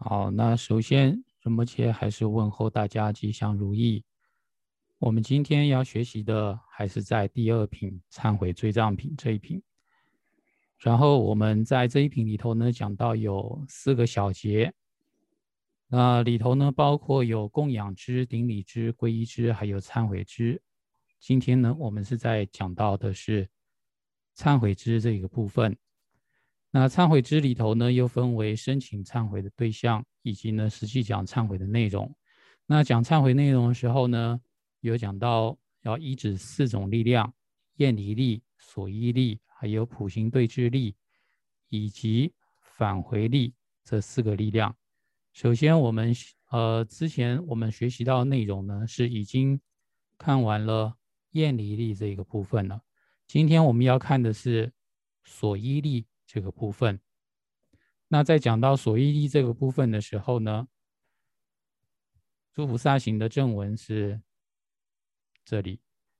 好，那首先，仁波切还是问候大家吉祥如意。我们今天要学习的还是在第二品忏悔罪障品这一品。然后我们在这一品里头呢，讲到有4个小节，那里头呢包括有供养之、顶礼之、皈依之，还有忏悔之。今天呢，我们是在讲到的是忏悔之这个部分。那忏悔之里头呢，又分为申请忏悔的对象，以及呢实际讲忏悔的内容。那讲忏悔内容的时候呢，有讲到要依止4种力量：厌离力、所依力，还有普行对治力，以及返回力这4个力量。首先，我们之前我们学习到的内容呢，是已经看完了厌离力这个部分了。今天我们要看的是所依力这个部分。那在讲到所依力这个部分的时候呢，诸菩萨行的正文是这里。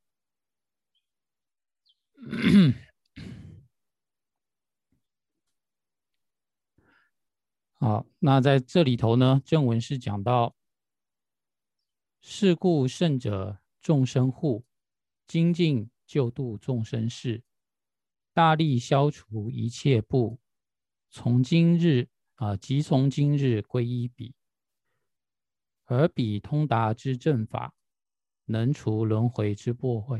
好，那在这里头呢，正文是讲到：是故圣者众生护，精进救度众生事，大力消除一切怖，从今日即从今日归依彼，而彼通达之正法，能除轮回之怖畏，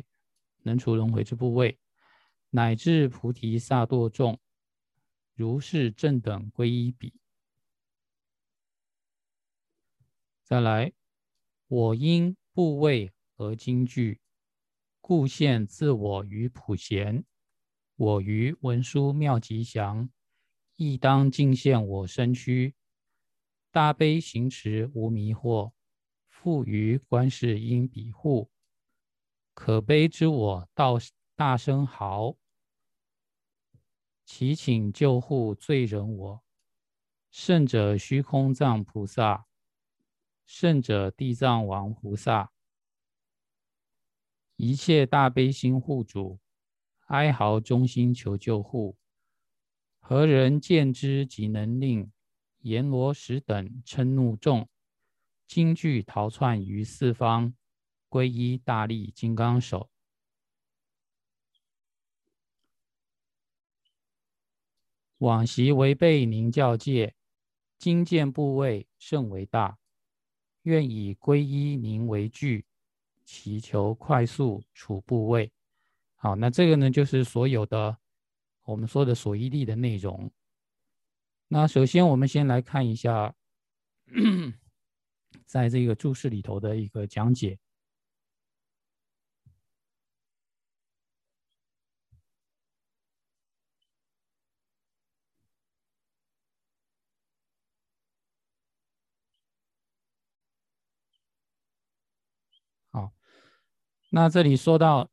乃至菩提萨埵众，如是正等归依彼。再来，我因怖畏而惊惧，故现自我于普贤，我于文殊妙吉祥，亦当尽现我身躯，大悲行持无迷惑，复于观世音彼护，可悲之我道大声嚎，祈请救护罪人我。圣者虚空藏菩萨，圣者地藏王菩萨，一切大悲心护主，哀嚎衷心求救护，何人见之即能令？阎罗使等嗔怒众，惊惧逃窜于四方，皈依大力金刚手。往昔违背您教戒，今见部位甚为大，愿以皈依您为具，祈求快速除部位。好，那这个呢，就是所有的我们说的所依力的内容。那首先，我们先来看一下，在这个注释里头的一个讲解。好，那这里说到，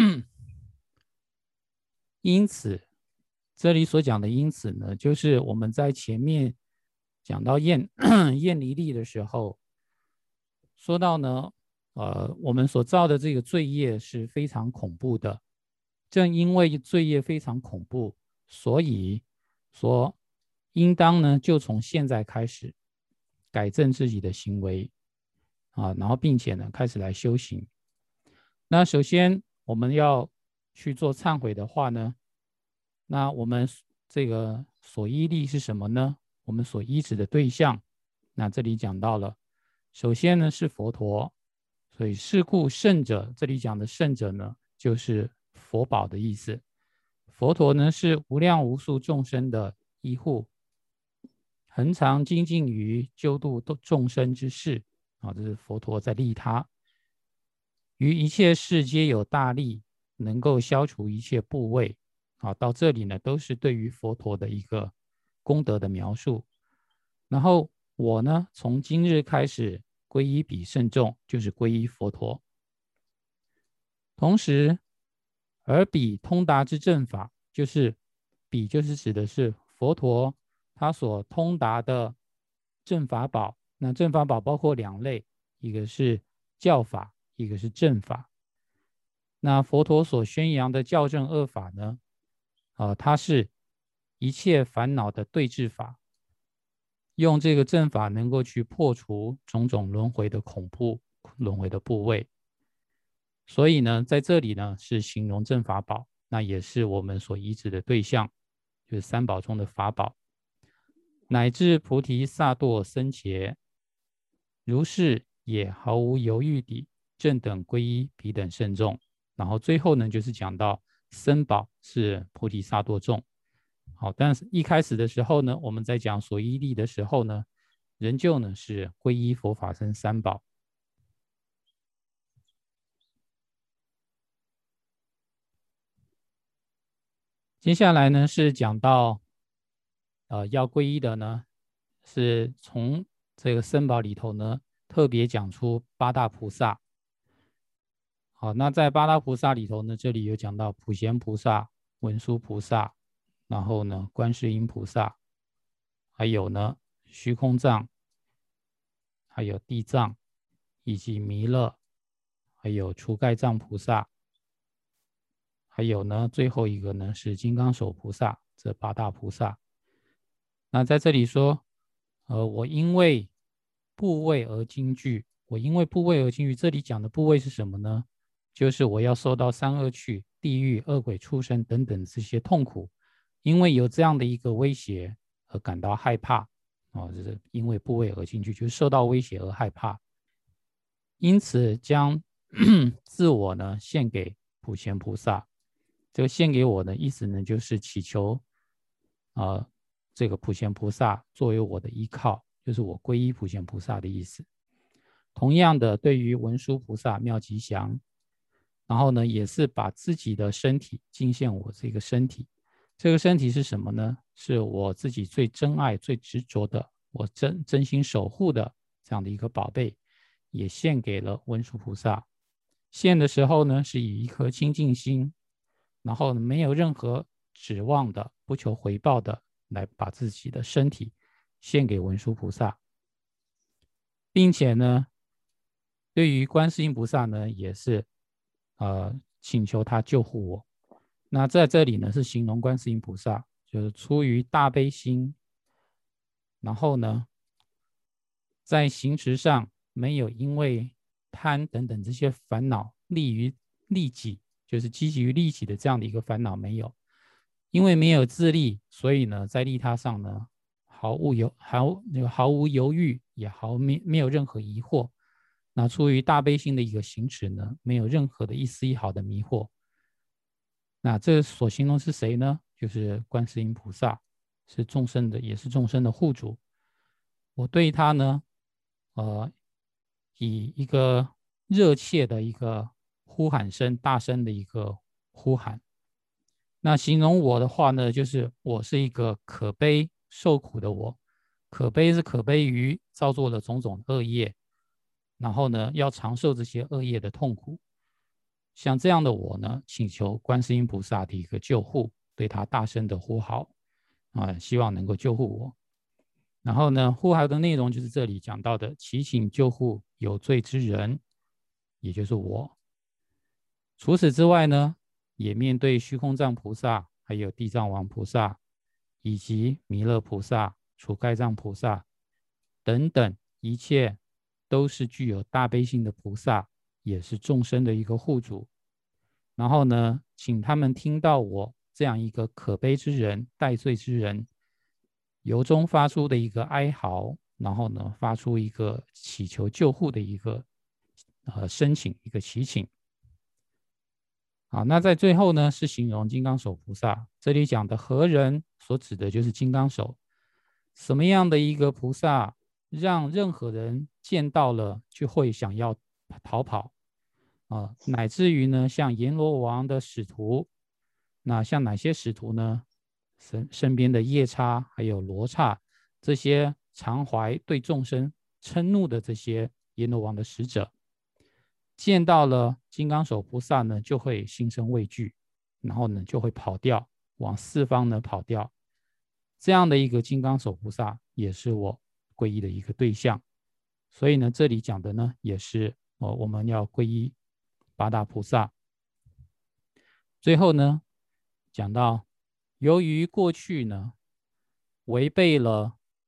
因此，这里所讲的因此呢，就是我们在前面讲到厌离力的时候，说到呢，我们所造的这个罪业是非常恐怖的。正因为罪业非常恐怖，所以说应当呢，就从现在开始改正自己的行为然后并且呢，开始来修行。那首先我们要去做忏悔的话呢，那我们这个所依力是什么呢？我们所依止的对象，那这里讲到了，首先呢是佛陀，所以是故圣者，这里讲的圣者呢，就是佛宝的意思。佛陀呢是无量无数众生的依护，恒常精进于救度众生之事这是佛陀在利他。于一切事皆有大力，能够消除一切怖畏到这里呢，都是对于佛陀的一个功德的描述。然后我呢，从今日开始皈依彼圣众，就是皈依佛陀。同时，而彼通达之正法，就是彼就是指的是佛陀他所通达的正法宝。那正法宝包括2类，一个是教法，一个是正法。那佛陀所宣扬的教正2法呢，它是一切烦恼的对治法， 用这个正法能够去破除种种轮回的恐怖、轮回的部位。所以呢，在这里呢是形容正法宝，那也是我们所依止的对象，就是三宝中的法宝，乃至菩提萨埵僧伽，如是也毫无犹豫地正等皈依彼等圣众。然后最后呢，就是讲到僧宝是菩提萨埵众。好，但是一开始的时候呢，我们在讲所依力的时候呢，仍旧呢是皈依佛法僧三宝。接下来呢是讲到要皈依的呢，是从这个僧宝里头呢特别讲出八大菩萨。好，那在八大菩萨里头呢，这里有讲到普贤菩萨、文殊菩萨，然后呢观世音菩萨，还有呢虚空藏，还有地藏，以及弥勒，还有除盖藏菩萨，还有呢最后一个呢是金刚手菩萨，这八大菩萨。那在这里说，我因为部位而惊惧，我因为部位而惊惧，这里讲的部位是什么呢？就是我要受到三恶趣、地狱、恶鬼、畜生等等这些痛苦，因为有这样的一个威胁而感到害怕。就是因为部位而惊惧，就是受到威胁而害怕，因此将自我呢献给普贤菩萨。这个献给我的意思呢，就是祈求这个普贤菩萨作为我的依靠，就是我皈依普贤菩萨的意思。同样的，对于文殊菩萨、妙吉祥，然后呢，也是把自己的身体敬献我这个身体。这个身体是什么呢？是我自己最珍爱、最执着的，我真心守护的这样的一个宝贝，也献给了文殊菩萨。献的时候呢，是以一颗清净心，然后没有任何指望的、不求回报的，来把自己的身体献给文殊菩萨，并且呢，对于观世音菩萨呢，也是请求他救护我。那在这里呢，是形容观世音菩萨，就是出于大悲心，然后呢，在行持上没有因为贪等等这些烦恼利于利己，就是积极于利己的这样的一个烦恼没有，因为没有自利，所以呢，在利他上呢，毫无犹豫，也没有任何疑惑。那出于大悲心的一个行持呢，没有任何的一丝一毫的迷惑。那这所形容是谁呢？就是观世音菩萨，是众生的，也是众生的护主。我对他呢，以一个热切的一个呼喊声，大声的一个呼喊。那形容我的话呢，就是我是一个可悲受苦的我，可悲是可悲于造作了种种恶业，然后呢，要长受这些恶业的痛苦。像这样的我呢，请求观世音菩萨的一个救护，对他大声的呼号希望能够救护我。然后呢，呼号的内容就是这里讲到的，祈请救护有罪之人，也就是我。除此之外呢，也面对虚空藏菩萨，还有地藏王菩萨，以及弥勒菩萨、除盖藏菩萨等等，一切都是具有大悲心的菩萨，也是众生的一个护主。然后呢，请他们听到我这样一个可悲之人、戴罪之人，由衷发出的一个哀嚎，然后呢，发出一个祈求救护的一个申请，一个祈请。好，那在最后呢，是形容金刚手菩萨。这里讲的何人所指的就是金刚手，什么样的一个菩萨，让任何人见到了就会想要逃跑乃至于呢，像阎罗王的使徒，那像哪些使徒呢？身边的夜叉还有罗刹，这些常怀对众生嗔怒的这些阎罗王的使者，见到了金刚手菩萨呢，就会心生畏惧，然后呢就会跑掉，往四方呢跑掉。这样的一个金刚手菩萨，也是我皈依的一个对象。所以呢，这里讲的呢，也是我们要皈依八大菩萨。最后呢，讲到由于过去呢违背了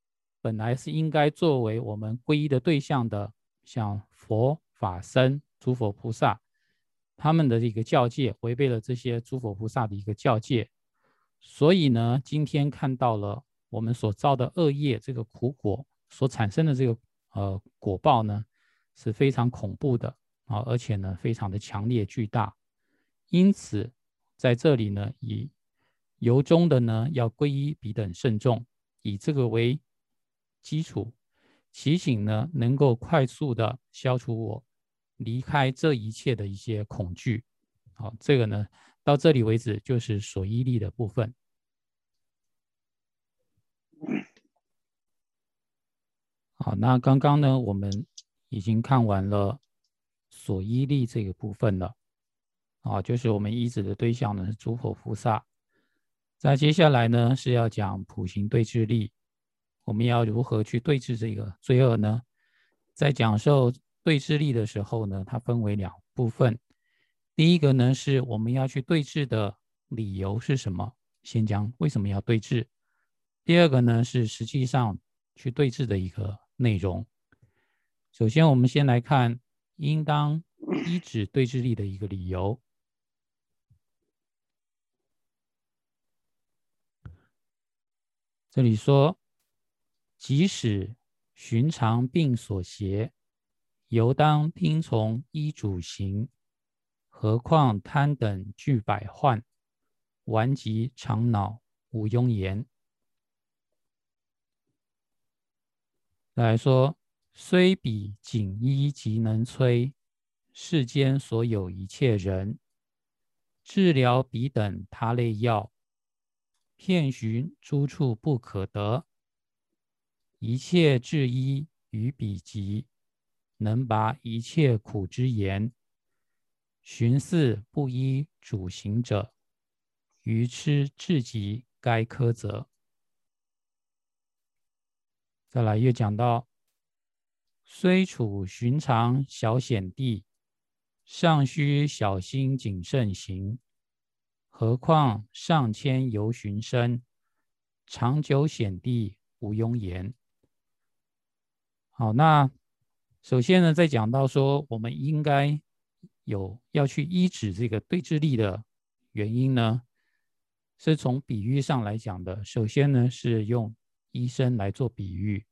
本来是应该作为我们皈依的对象的，像佛法僧、诸佛菩萨，他们的一个教戒违背了这些诸佛菩萨的一个教戒，所以呢，今天看到了我们所造的恶业这个苦果所产生的这个果报呢，是非常恐怖的啊，而且呢非常的强烈巨大。因此，在这里呢，由衷的呢要皈依彼等圣众，以这个为基础，祈请呢能够快速的消除我离开这一切的一些恐惧。好，这个呢到这里为止就是所依力的部分。好，那刚刚呢我们已经看完了所依力这个部分了。啊，就是我们依止的对象呢是诸佛菩萨。在接下来呢是要讲普行对治力，我们要如何去对治这个罪恶呢？在讲授对治力的时候呢，它分为两部分。第一个呢是我们要去对治的理由是什么，先讲为什么要对治。第二个呢是实际上去对治的一个内容。首先我们先来看应当依止对治力的一个理由。这里说，即使寻常病所邪，犹当听从医嘱行，何况贪等具百患，顽疾长恼无庸言。再来说，虽彼锦衣即能摧，世间所有一切人，治疗彼等他类药，遍寻诸处不可得，一切治医于彼疾，能拔一切苦之言。寻似不依主行者，愚痴至极该苛责。再来又讲到，虽处寻常小险地，尚须小心谨慎行，何况上千游寻声，长久险地无庸言。好，那首先呢，在讲到说我们应该要去依止这个对治力的原因呢，是从比喻上来讲的。首先呢，是用医生来做比喻。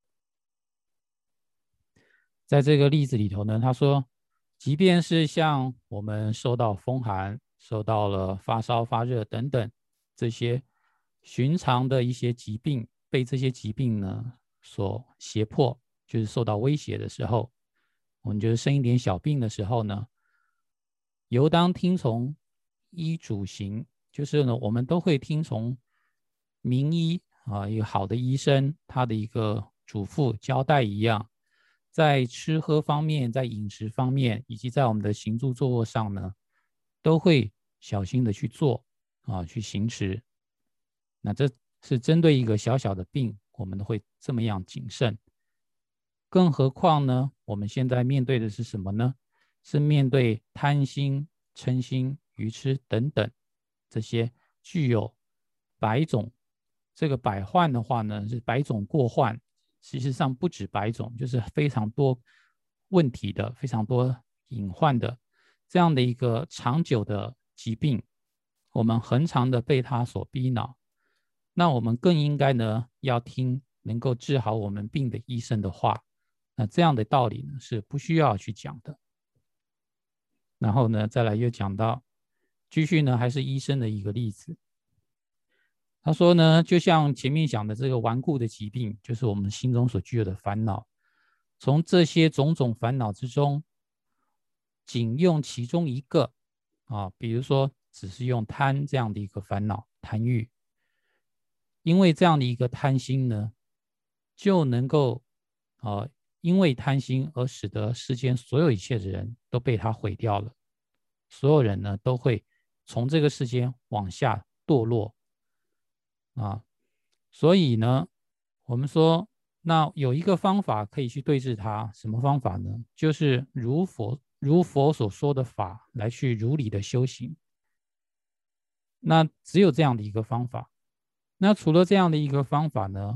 在这个例子里头呢，他说，即便是像我们受到风寒、受到了发烧、发热等等这些寻常的一些疾病，被这些疾病呢所胁迫，就是受到威胁的时候，我们就是生一点小病的时候呢，犹当听从医嘱行，就是呢，我们都会听从名医啊，一个好的医生他的一个嘱咐交代一样，在吃喝方面，在饮食方面，以及在我们的行住坐卧上呢，都会小心的去做啊，去行持。那这是针对一个小小的病，我们会这么样谨慎。更何况呢，我们现在面对的是什么呢？是面对贪心、嗔心、愚痴等等这些具有百种这个百患的话呢，是百种过患。事实上不止百种，就是非常多问题的、非常多隐患的这样的一个长久的疾病，我们恒常的被它所逼恼。那我们更应该呢，要听能够治好我们病的医生的话。那这样的道理呢，是不需要去讲的。然后呢，再来又讲到，继续呢，还是医生的一个例子。他说呢，就像前面讲的这个顽固的疾病，就是我们心中所具有的烦恼。从这些种种烦恼之中，仅用其中一个啊，比如说只是用贪这样的一个烦恼，贪欲，因为这样的一个贪心呢，就能够因为贪心而使得世间所有一切的人都被他毁掉了，所有人呢都会从这个世间往下堕落啊。所以呢，我们说，那有一个方法可以去对治它，什么方法呢？就是如佛所说的法来去如理的修行。那只有这样的一个方法。那除了这样的一个方法呢，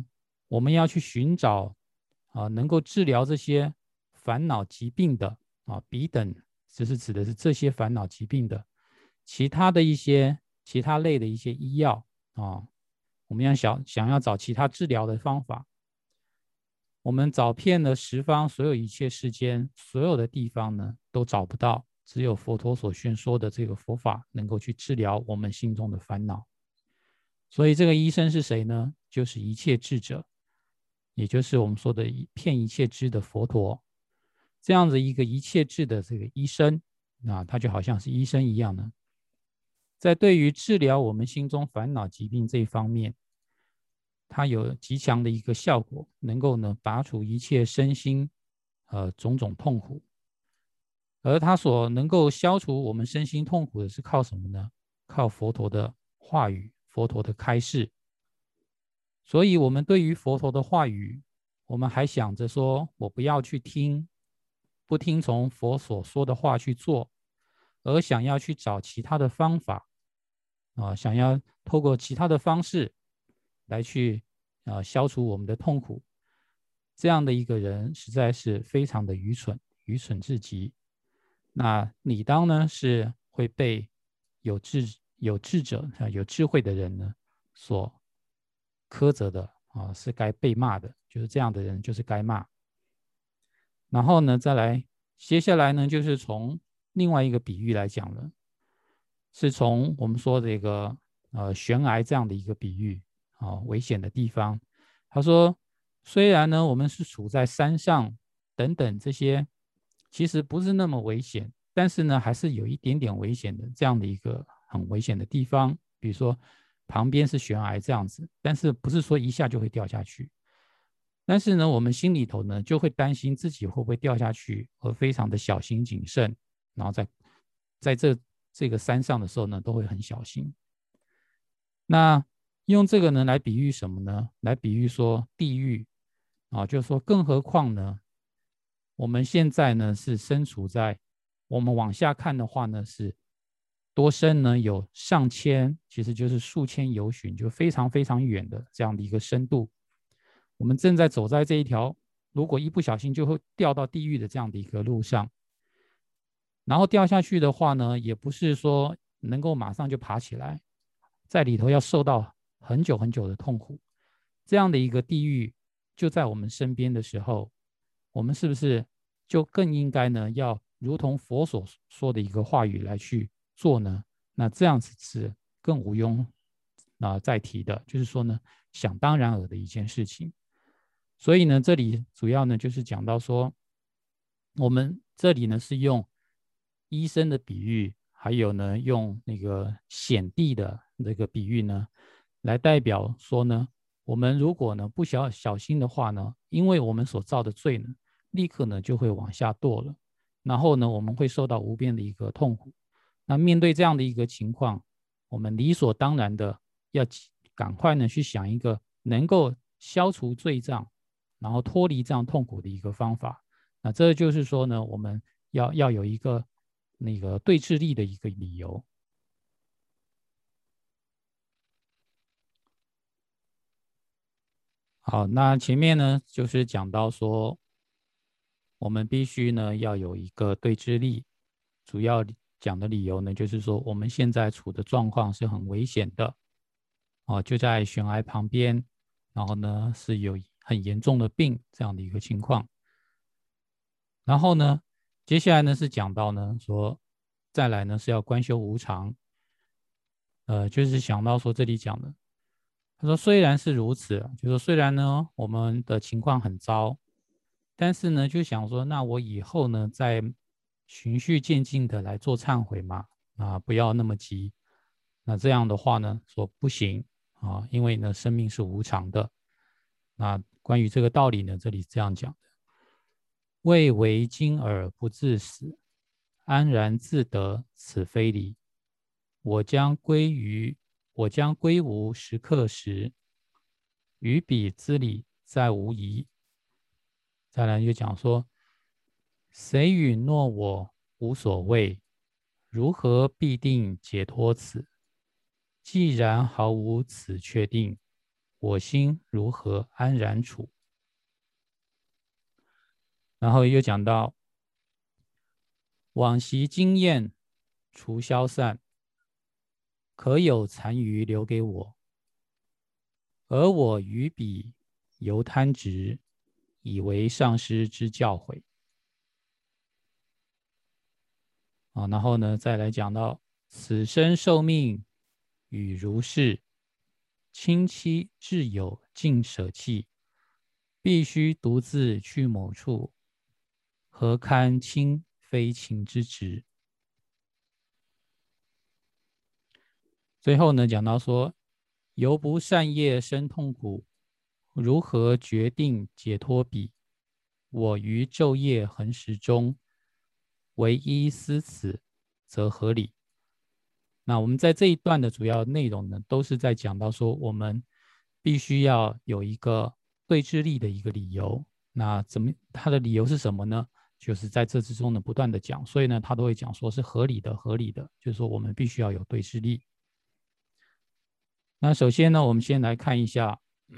我们要去寻找能够治疗这些烦恼疾病的彼等，就是指的是这些烦恼疾病的其他类的一些医药我们想要找其他治疗的方法，我们找遍了十方所有一切世间所有的地方呢，都找不到，只有佛陀所宣说的这个佛法能够去治疗我们心中的烦恼。所以这个医生是谁呢？就是一切智者，也就是我们说的遍一切知的佛陀。这样子一个一切智的这个医生他就好像是医生一样呢，在对于治疗我们心中烦恼疾病这一方面，它有极强的一个效果，能够呢拔除一切身心种种痛苦。而它所能够消除我们身心痛苦的是靠什么呢？靠佛陀的话语，佛陀的开示。所以我们对于佛陀的话语，我们还想着说我不要去听，不听从佛所说的话去做，而想要去找其他的方法想要透过其他的方式来去消除我们的痛苦，这样的一个人实在是非常的愚蠢，愚蠢至极。那理当呢是会被有智者有智慧的人呢所苛责的是该被骂的，就是这样的人就是该骂。然后呢再来接下来呢就是从另外一个比喻来讲了，是从我们说这个悬崖这样的一个比喻危险的地方。他说虽然呢我们是处在山上等等这些其实不是那么危险，但是呢还是有一点点危险的这样的一个很危险的地方，比如说旁边是悬崖这样子，但是不是说一下就会掉下去，但是呢我们心里头呢就会担心自己会不会掉下去，而非常的小心谨慎，然后在这个山上的时候呢都会很小心。那用这个呢来比喻什么呢？来比喻说地狱就是说更何况呢我们现在呢是身处在我们往下看的话呢是多深呢有上千，其实就是数千由旬，就非常非常远的这样的一个深度。我们正在走在这一条如果一不小心就会掉到地狱的这样的一个路上，然后掉下去的话呢也不是说能够马上就爬起来，在里头要受到很久很久的痛苦。这样的一个地狱就在我们身边的时候，我们是不是就更应该呢要如同佛所说的一个话语来去做呢？那这样子是更毋庸再提的，就是说呢想当然尔的一件事情。所以呢这里主要呢就是讲到说，我们这里呢是用医生的比喻，还有呢用那个显地的这个比喻呢来代表说呢，我们如果呢不小心的话呢，因为我们所造的罪呢立刻呢就会往下堕了，然后呢我们会受到无边的一个痛苦。那面对这样的一个情况，我们理所当然的要赶快呢去想一个能够消除罪障，然后脱离这样痛苦的一个方法。那这就是说呢，我们要有一个那个对峙力的一个理由。好，那前面呢就是讲到说，我们必须呢要有一个对峙力，主要讲的理由呢就是说，我们现在处的状况是很危险的就在悬崖旁边，然后呢是有很严重的病这样的一个情况。然后呢，接下来呢是讲到呢说，再来呢是要观修无常，就是想到说这里讲的，他说虽然是如此，就说虽然呢我们的情况很糟，但是呢就想说，那我以后呢再循序渐进的来做忏悔嘛，不要那么急。那这样的话呢说不行因为呢生命是无常的。那关于这个道理呢，这里是这样讲的：未为今尔不自死，安然自得，此非理。我将归无时刻时，于彼之理再无疑。再来就讲说，谁允诺我无所谓，如何必定解脱此？既然毫无此确定， 我心如何安然处。然后又讲到往昔经验除消散，可有残余留给我，而我于彼犹贪执，以为上师之教诲。然后呢，再来讲到此生受命与如是，亲戚挚友尽舍弃，必须独自去某处，何堪亲非情之职。最后呢，讲到说，由不善业生痛苦，如何决定解脱彼？我于昼夜恒时中，唯一思此，则合理。那我们在这一段的主要内容呢，都是在讲到说，我们必须要有一个对治力的一个理由。那它的理由是什么呢？就是在这之中呢，不断的讲，所以呢，他都会讲说是合理的，合理的，就是说我们必须要有对治力。那首先呢，我们先来看一下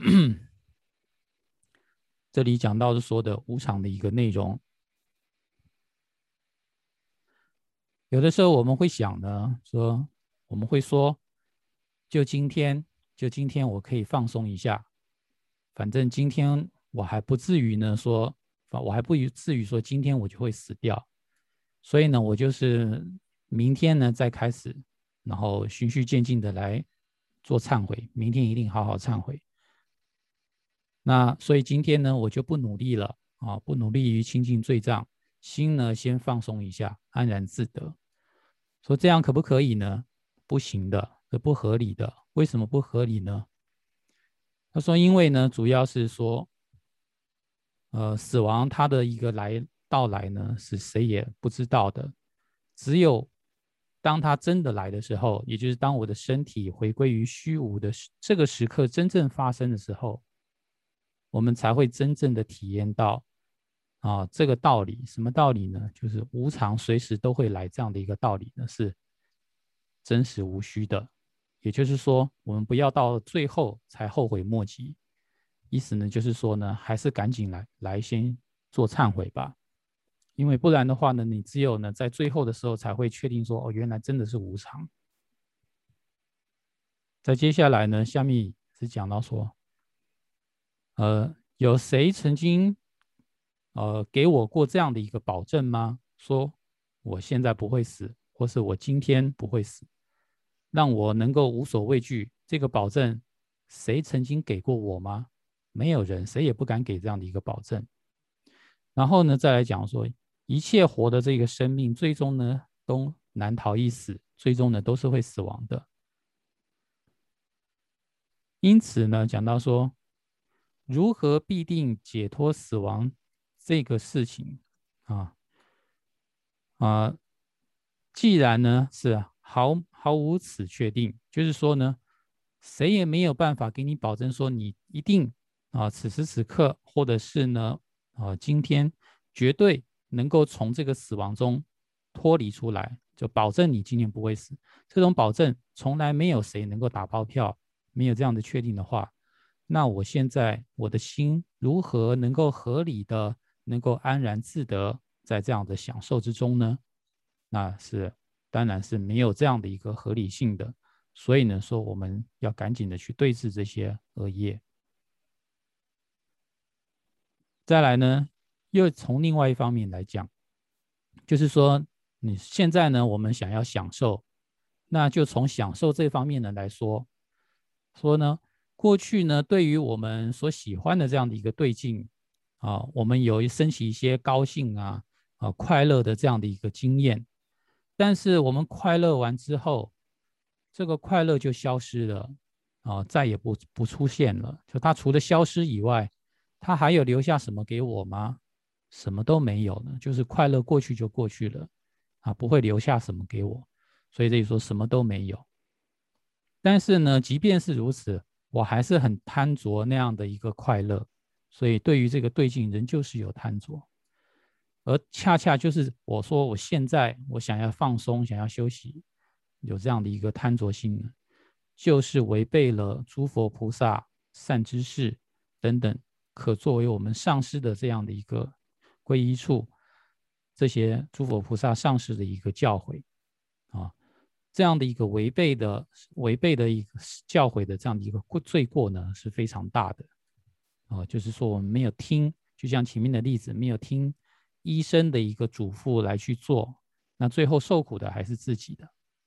这里讲到的说的无常的一个内容。有的时候我们会想呢，我们会说，就今天我可以放松一下，反正今天我还不至于呢说，我还不至于说今天我就会死掉，所以呢，我就是明天呢再开始，然后循序渐进的来做忏悔，明天一定好好忏悔。那所以今天呢，我就不努力了啊，不努力于清净罪障，心呢先放松一下，安然自得。说这样可不可以呢？不行的，这不合理的。为什么不合理呢？他说，因为呢，主要是说，死亡它的一个到来呢，是谁也不知道的。只有当它真的来的时候，也就是当我的身体回归于虚无的这个时刻真正发生的时候，我们才会真正的体验到这个道理。什么道理呢？就是无常随时都会来这样的一个道理呢，是真实无虚的。也就是说，我们不要到最后才后悔莫及。意思呢，就是说呢，还是赶紧来先做忏悔吧，因为不然的话呢，你只有呢在最后的时候才会确定说，哦，原来真的是无常。再接下来呢，下面是讲到说，有谁曾经给我过这样的一个保证吗？说我现在不会死，或是我今天不会死，让我能够无所畏惧。这个保证，谁曾经给过我吗？没有人，谁也不敢给这样的一个保证。然后呢，再来讲说，一切活的这个生命，最终呢都难逃一死，最终呢都是会死亡的。因此呢，讲到说，如何必定解脱死亡这个事情啊既然呢是毫无此确定，就是说呢，谁也没有办法给你保证说你一定此时此刻，或者是呢今天绝对能够从这个死亡中脱离出来，就保证你今天不会死。这种保证从来没有谁能够打包票，没有这样的确定的话，那我现在我的心如何能够合理的能够安然自得在这样的享受之中呢？那当然是没有这样的一个合理性的。所以呢，说我们要赶紧的去对治这些恶业。再来呢，又从另外一方面来讲，就是说你现在呢，我们想要享受，那就从享受这方面呢来说呢，过去呢，对于我们所喜欢的这样的一个对境我们升起一些高兴快乐的这样的一个经验，但是我们快乐完之后，这个快乐就消失了再也不出现了。就它除了消失以外，它还有留下什么给我吗？什么都没有呢，就是快乐过去就过去了不会留下什么给我，所以这里说什么都没有。但是呢，即便是如此，我还是很贪着那样的一个快乐，所以对于这个对境仍旧是有贪着。而恰恰就是我说我现在我想要放松，想要休息，有这样的一个贪着心呢，就是违背了诸佛菩萨善知识等等，可作为我们上师的这样的一个皈依处，这些诸佛菩萨上师的一个教诲啊，这样的一个违背的一个教诲的这样的一个罪过呢，是非常大的啊。就是说我们没有听，就像前面的例子，没有听医生的一个嘱咐来去做，那最后受苦的还是自己的。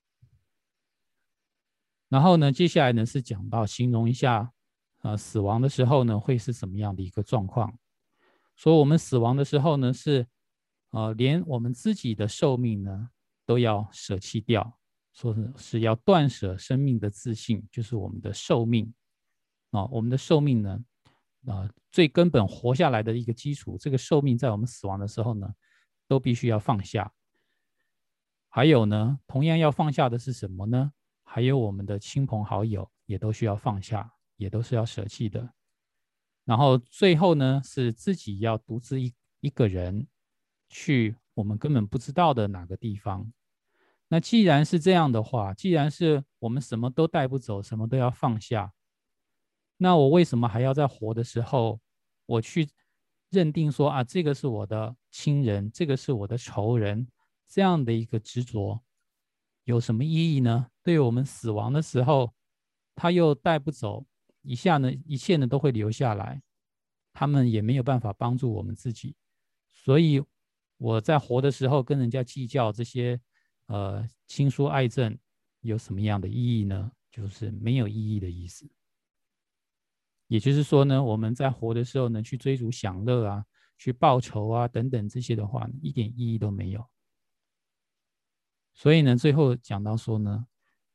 然后呢，接下来呢是讲到形容一下，死亡的时候呢会是什么样的一个状况。说我们死亡的时候呢是，连我们自己的寿命呢都要舍弃掉，说是要断舍生命的自信，就是我们的寿命啊，我们的寿命呢，最根本活下来的一个基础，这个寿命在我们死亡的时候呢，都必须要放下。还有呢，同样要放下的是什么呢？还有我们的亲朋好友也都需要放下，也都是要舍弃的。然后最后呢，是自己要独自一个人去我们根本不知道的哪个地方。那既然是这样的话，既然是我们什么都带不走，什么都要放下，那我为什么还要在活的时候，我去认定说啊，这个是我的亲人，这个是我的仇人，这样的一个执着有什么意义呢？对我们死亡的时候，他又带不走，一切呢都会留下来，他们也没有办法帮助我们自己，所以我在活的时候跟人家计较这些亲疏爱憎有什么样的意义呢？就是没有意义的意思。也就是说呢，我们在活的时候呢，去追逐享乐啊，去报仇啊等等这些的话，一点意义都没有。所以呢，最后讲到说呢，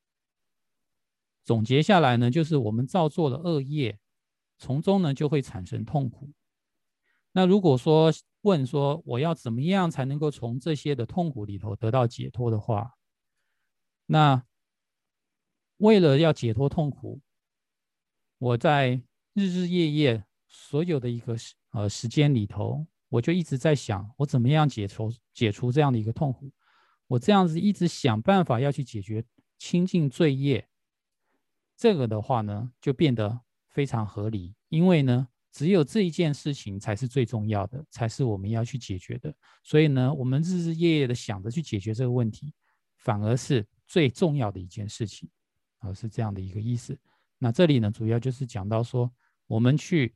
总结下来呢，就是我们造作了恶业，从中呢就会产生痛苦。那如果说问说我要怎么样才能够从这些的痛苦里头得到解脱的话，那为了要解脱痛苦，我在日日夜夜所有的一个时间里头，我就一直在想，我怎么样解除这样的一个痛苦。我这样子一直想办法要去解决清净罪业，这个的话呢，就变得非常合理。因为呢，只有这一件事情才是最重要的，才是我们要去解决的。所以呢，我们日日夜夜的想着去解决这个问题，反而是最重要的一件事情是这样的一个意思。那这里呢，主要就是讲到说，我们去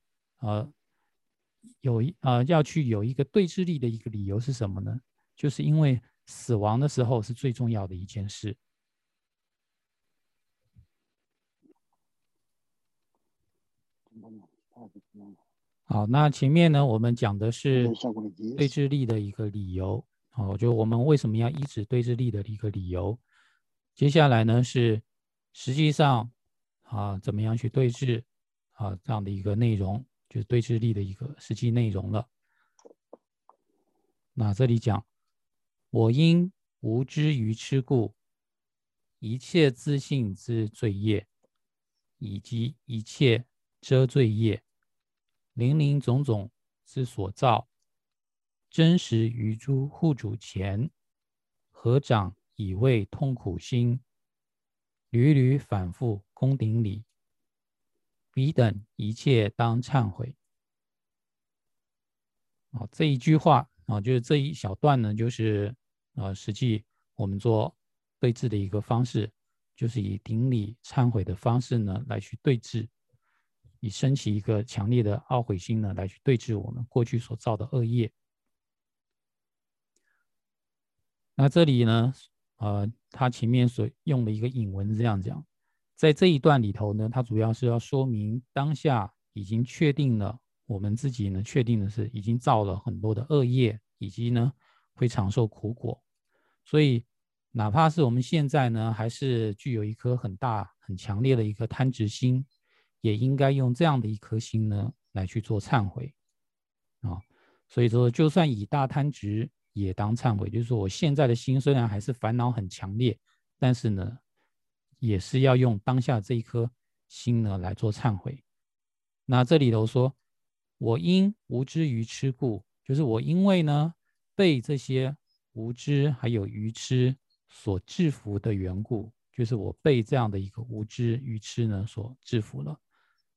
要去有一个对峙力的一个理由是什么呢？就是因为死亡的时候是最重要的一件事。好，那前面呢，我们讲的是对峙力的一个理由，就我们为什么要依止对峙力的一个理由。接下来呢是实际上怎么样去对峙这样的一个内容，就是对峙力的一个实际内容了。那这里讲，我因无知愚痴故，一切自信之罪业，以及一切遮罪业，林林总总之所造，真实于诸户主前，合掌以慰痛苦心，屡屡反复恭顶礼，彼等一切当忏悔。这一句话就是这一小段呢，就是实际我们做对峙的一个方式，就是以顶礼忏悔的方式呢来去对峙，以升起一个强烈的懊悔心呢来去对峙我们过去所造的恶业。那这里呢，他前面所用的一个引文是这样讲，在这一段里头呢，它主要是要说明当下已经确定了。我们自己呢，确定的是已经造了很多的恶业，以及呢会尝受苦果。所以，哪怕是我们现在呢，还是具有一颗很大、很强烈的一颗贪执心，也应该用这样的一颗心呢来去做忏悔所以说，就算以大贪执也当忏悔，就是说我现在的心虽然还是烦恼很强烈，但是呢，也是要用当下这一颗心呢来做忏悔。那这里头说，我因无知愚痴故，就是我因为呢被这些无知还有愚痴所制服的缘故，就是我被这样的一个无知愚痴呢所制服了。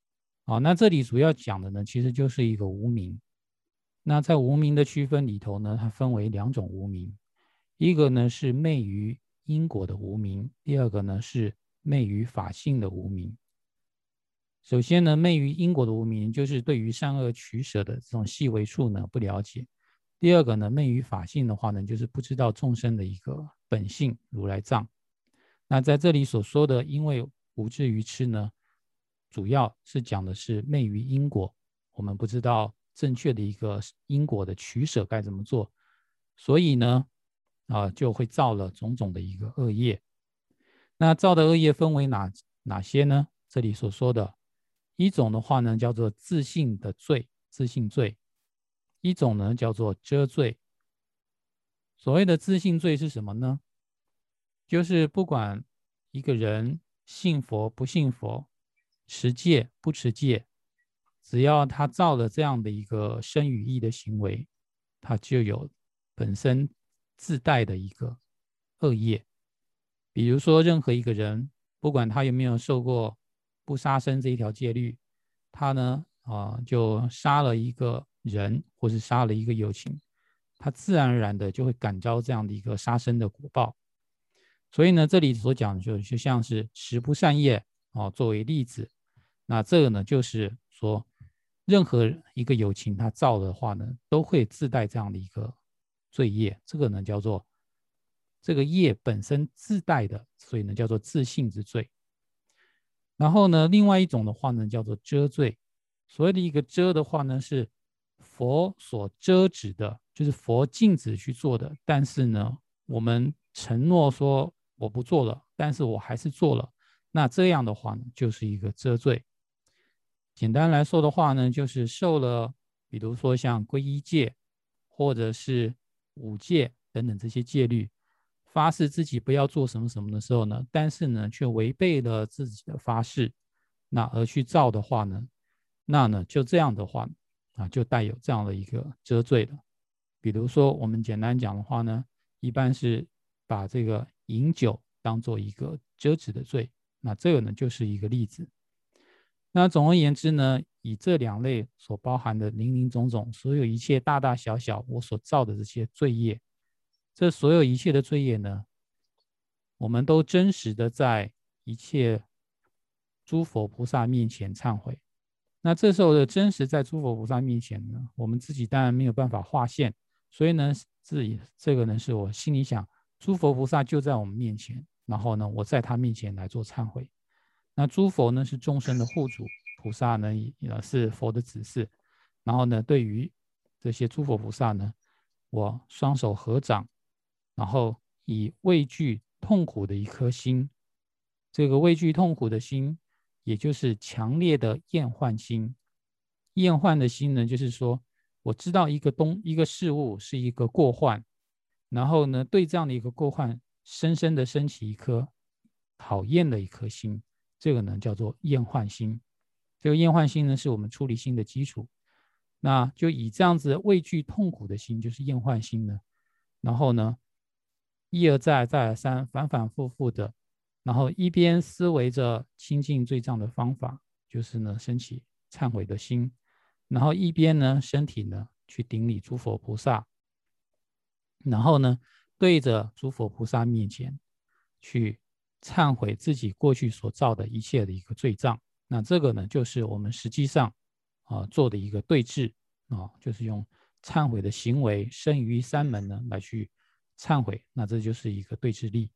好，那这里主要讲的呢，其实就是一个无明。那在无明的区分里头呢，它分为2种无明，一个呢是昧于因果的无明，第二个呢是昧于法性的无明。首先呢，昧于因果的无明，就是对于善恶取舍的这种细微处呢不了解。第二个呢，昧于法性的话呢，就是不知道众生的一个本性如来藏。那在这里所说的因为无知愚痴呢，主要是讲的是昧于因果，我们不知道正确的一个因果的取舍该怎么做，所以呢，就会造了种种的一个恶业。那造的恶业分为哪些呢？这里所说的一种的话呢，叫做自性的罪，自性罪；一种呢叫做遮罪。所谓的自性罪是什么呢？就是不管一个人信佛不信佛，持戒不持戒，只要他造了这样的一个身语意的行为，他就有本身自带的一个恶业。比如说，任何一个人，不管他有没有受过不杀生这一条戒律，他呢就杀了一个人，或是杀了一个有情，他自然而然的就会感召这样的一个杀生的果报。所以呢，这里所讲的就像是十不善业作为例子，那这个呢就是说，任何一个有情他造的话呢，都会自带这样的一个罪业，这个呢叫做这个业本身自带的，所以呢叫做自性之罪。然后呢，另外一种的话呢叫做遮罪。所谓的一个遮的话呢，是佛所遮止的，就是佛禁止去做的，但是呢，我们承诺说我不做了，但是我还是做了，那这样的话呢，就是一个遮罪。简单来说的话呢，就是受了，比如说像皈依戒，或者是五戒等等这些戒律，发誓自己不要做什么什么的时候呢，但是呢，却违背了自己的发誓，那而去造的话呢，那呢就这样的话就带有这样的一个遮罪了。比如说我们简单讲的话呢，一般是把这个饮酒当做一个遮止的罪，那这个呢就是一个例子。那总而言之呢，以这2类所包含的林林总总，所有一切大大小小我所造的这些罪业，这所有一切的罪业呢，我们都真实的在一切诸佛菩萨面前忏悔。那这时候的真实在诸佛菩萨面前呢，我们自己当然没有办法划线，所以呢，这个呢是我心里想，诸佛菩萨就在我们面前，然后呢，我在他面前来做忏悔。那诸佛呢是众生的护主，菩萨呢也是佛的子嗣。然后呢，对于这些诸佛菩萨呢，我双手合掌，然后以畏惧痛苦的一颗心，这个畏惧痛苦的心，也就是强烈的厌患心。厌患的心呢，就是说我知道一个事物是一个过患，然后呢，对这样的一个过患，深深的升起一颗讨厌的一颗心。这个呢叫做厌患心。这个厌患心呢是我们出离心的基础。那就以这样子畏惧痛苦的心，就是厌患心呢，然后呢一而再再而三反反复复的，然后一边思维着清净罪障的方法，就是呢升起忏悔的心，然后一边呢身体呢去顶礼诸佛菩萨，然后呢对着诸佛菩萨面前去忏悔自己过去所造的一切的一个罪障。那这个呢就是我们实际上做的一个对治就是用忏悔的行为生于三门呢来去忏悔，那这就是一个对治力。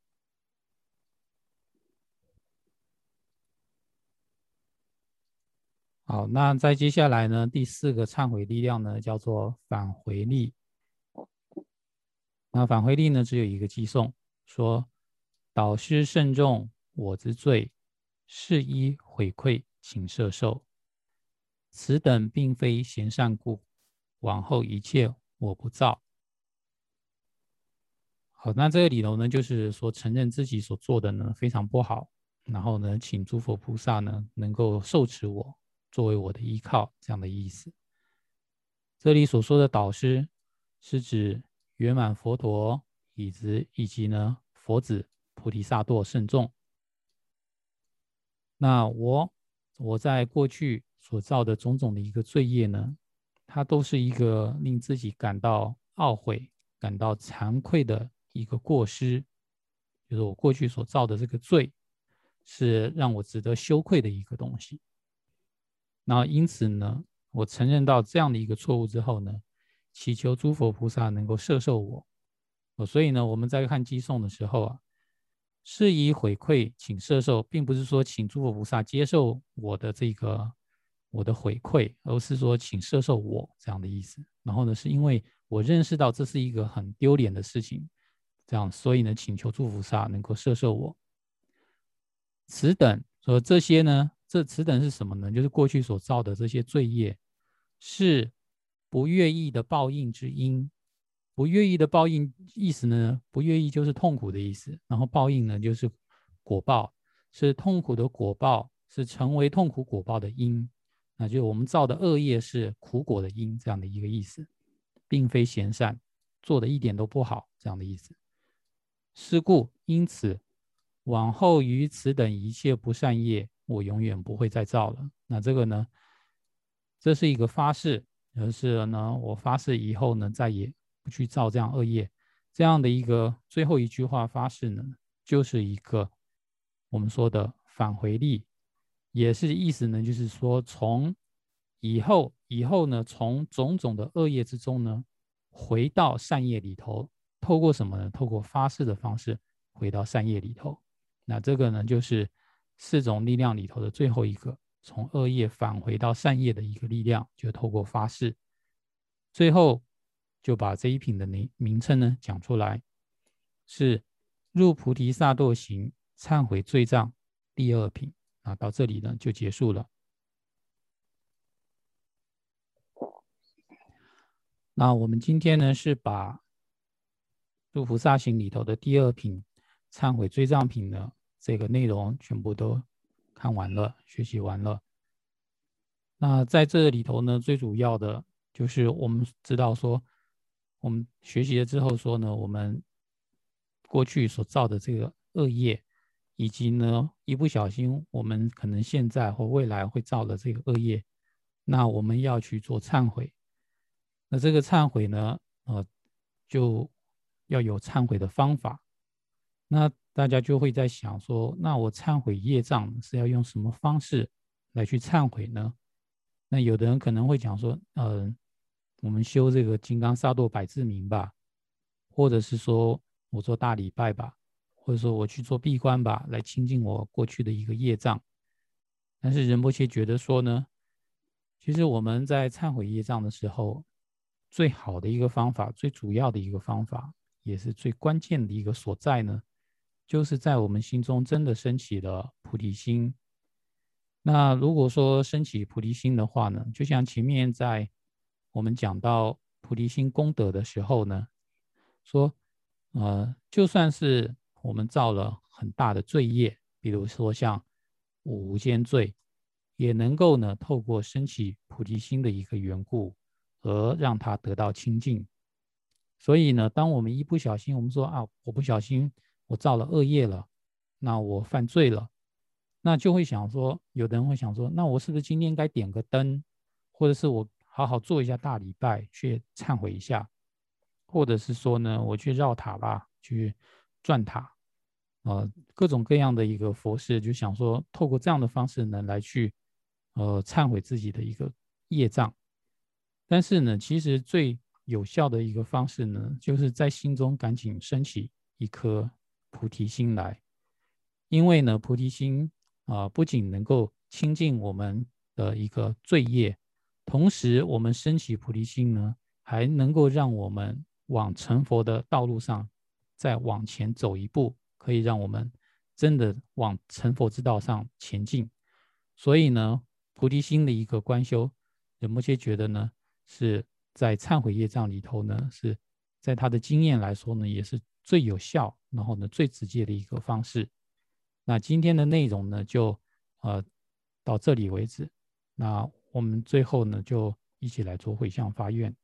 好，那在接下来呢，第4个忏悔力量呢叫做返回力。那返回力呢只有一个寄颂，说导师慎重我之罪，是依悔愧请摄受，此等并非贤善故，往后一切我不造。好，那这个理由呢，就是说承认自己所做的呢非常不好，然后呢，请诸佛菩萨呢能够受持我，作为我的依靠，这样的意思。这里所说的导师，是指圆满佛陀以及呢佛子菩提萨埵圣众。那我在过去所造的种种的一个罪业呢，它都是一个令自己感到懊悔、感到惭愧的一个过失，就是我过去所造的这个罪，是让我值得羞愧的一个东西。那因此呢，我承认到这样的一个错误之后呢，祈求诸佛菩萨能够摄受我。所以呢，我们在看偈颂的时候啊，是以回馈请摄受，并不是说请诸佛菩萨接受我的我的回馈，而是说请摄受我这样的意思。然后呢，是因为我认识到这是一个很丢脸的事情，这样，所以呢，请求诸佛菩萨能够摄受我。此等说这些呢，此等是什么呢？就是过去所造的这些罪业，是不愿意的报应之因。不愿意的报应意思呢？不愿意就是痛苦的意思，然后报应呢就是果报，是痛苦的果报，是成为痛苦果报的因。那就是我们造的恶业是苦果的因，这样的一个意思，并非贤善，做的一点都不好，这样的意思。是故因此，往后于此等一切不善业，我永远不会再造了。那这个呢，这是一个发誓，而是呢，我发誓以后呢，再也不去造这样恶业。这样的一个最后一句话发誓呢，就是一个我们说的返回力，也是意思呢，就是说从以后呢，从种种的恶业之中呢，回到善业里头。透过什么呢？透过发誓的方式回到善业里头。那这个呢，就是四种力量里头的最后一个，从恶业返回到善业的一个力量，就透过发誓。最后就把这一品的名称呢讲出来，是入菩提萨埵行忏悔罪障第二品。啊，到这里呢就结束了。那我们今天呢是把入菩萨行里头的第二品忏悔罪障品呢，这个内容全部都看完了，学习完了。那在这里头呢，最主要的就是我们知道说，我们学习了之后说呢，我们过去所造的这个恶业，以及呢一不小心我们可能现在或未来会造的这个恶业，那我们要去做忏悔。那这个忏悔呢，就要有忏悔的方法。那大家就会在想说，那我忏悔业障是要用什么方式来去忏悔呢？那有的人可能会讲说，我们修这个金刚萨埵百字明吧，或者是说我做大礼拜吧，或者说我去做闭关吧，来清净我过去的一个业障。但是仁波切觉得说呢，其实我们在忏悔业障的时候，最好的一个方法，最主要的一个方法，也是最关键的一个所在呢，就是在我们心中真的升起了菩提心。那如果说升起菩提心的话呢，就像前面在我们讲到菩提心功德的时候呢，说，就算是我们造了很大的罪业，比如说像无间罪，也能够呢透过升起菩提心的一个缘故，而让它得到清净。所以呢，当我们一不小心，我们说啊，我不小心我造了恶业了，那我犯罪了。那就会想说，有的人会想说，那我是不是今天该点个灯，或者是我好好做一下大礼拜，去忏悔一下，或者是说呢，我去绕塔吧，去转塔，各种各样的一个佛事，就想说，透过这样的方式呢，来去忏悔自己的一个业障。但是呢，其实最有效的一个方式呢，就是在心中赶紧升起一颗菩提心来，因为呢，菩提心不仅能够清净我们的一个罪业，同时我们升起菩提心呢，还能够让我们往成佛的道路上再往前走一步，可以让我们真的往成佛之道上前进。所以呢，菩提心的一个观修，仁波切觉得呢，是在忏悔业障里头呢，是在他的经验来说呢，也是最有效，然后呢最直接的一个方式。那今天的内容呢，就到这里为止。那我们最后呢，就一起来做回向发愿。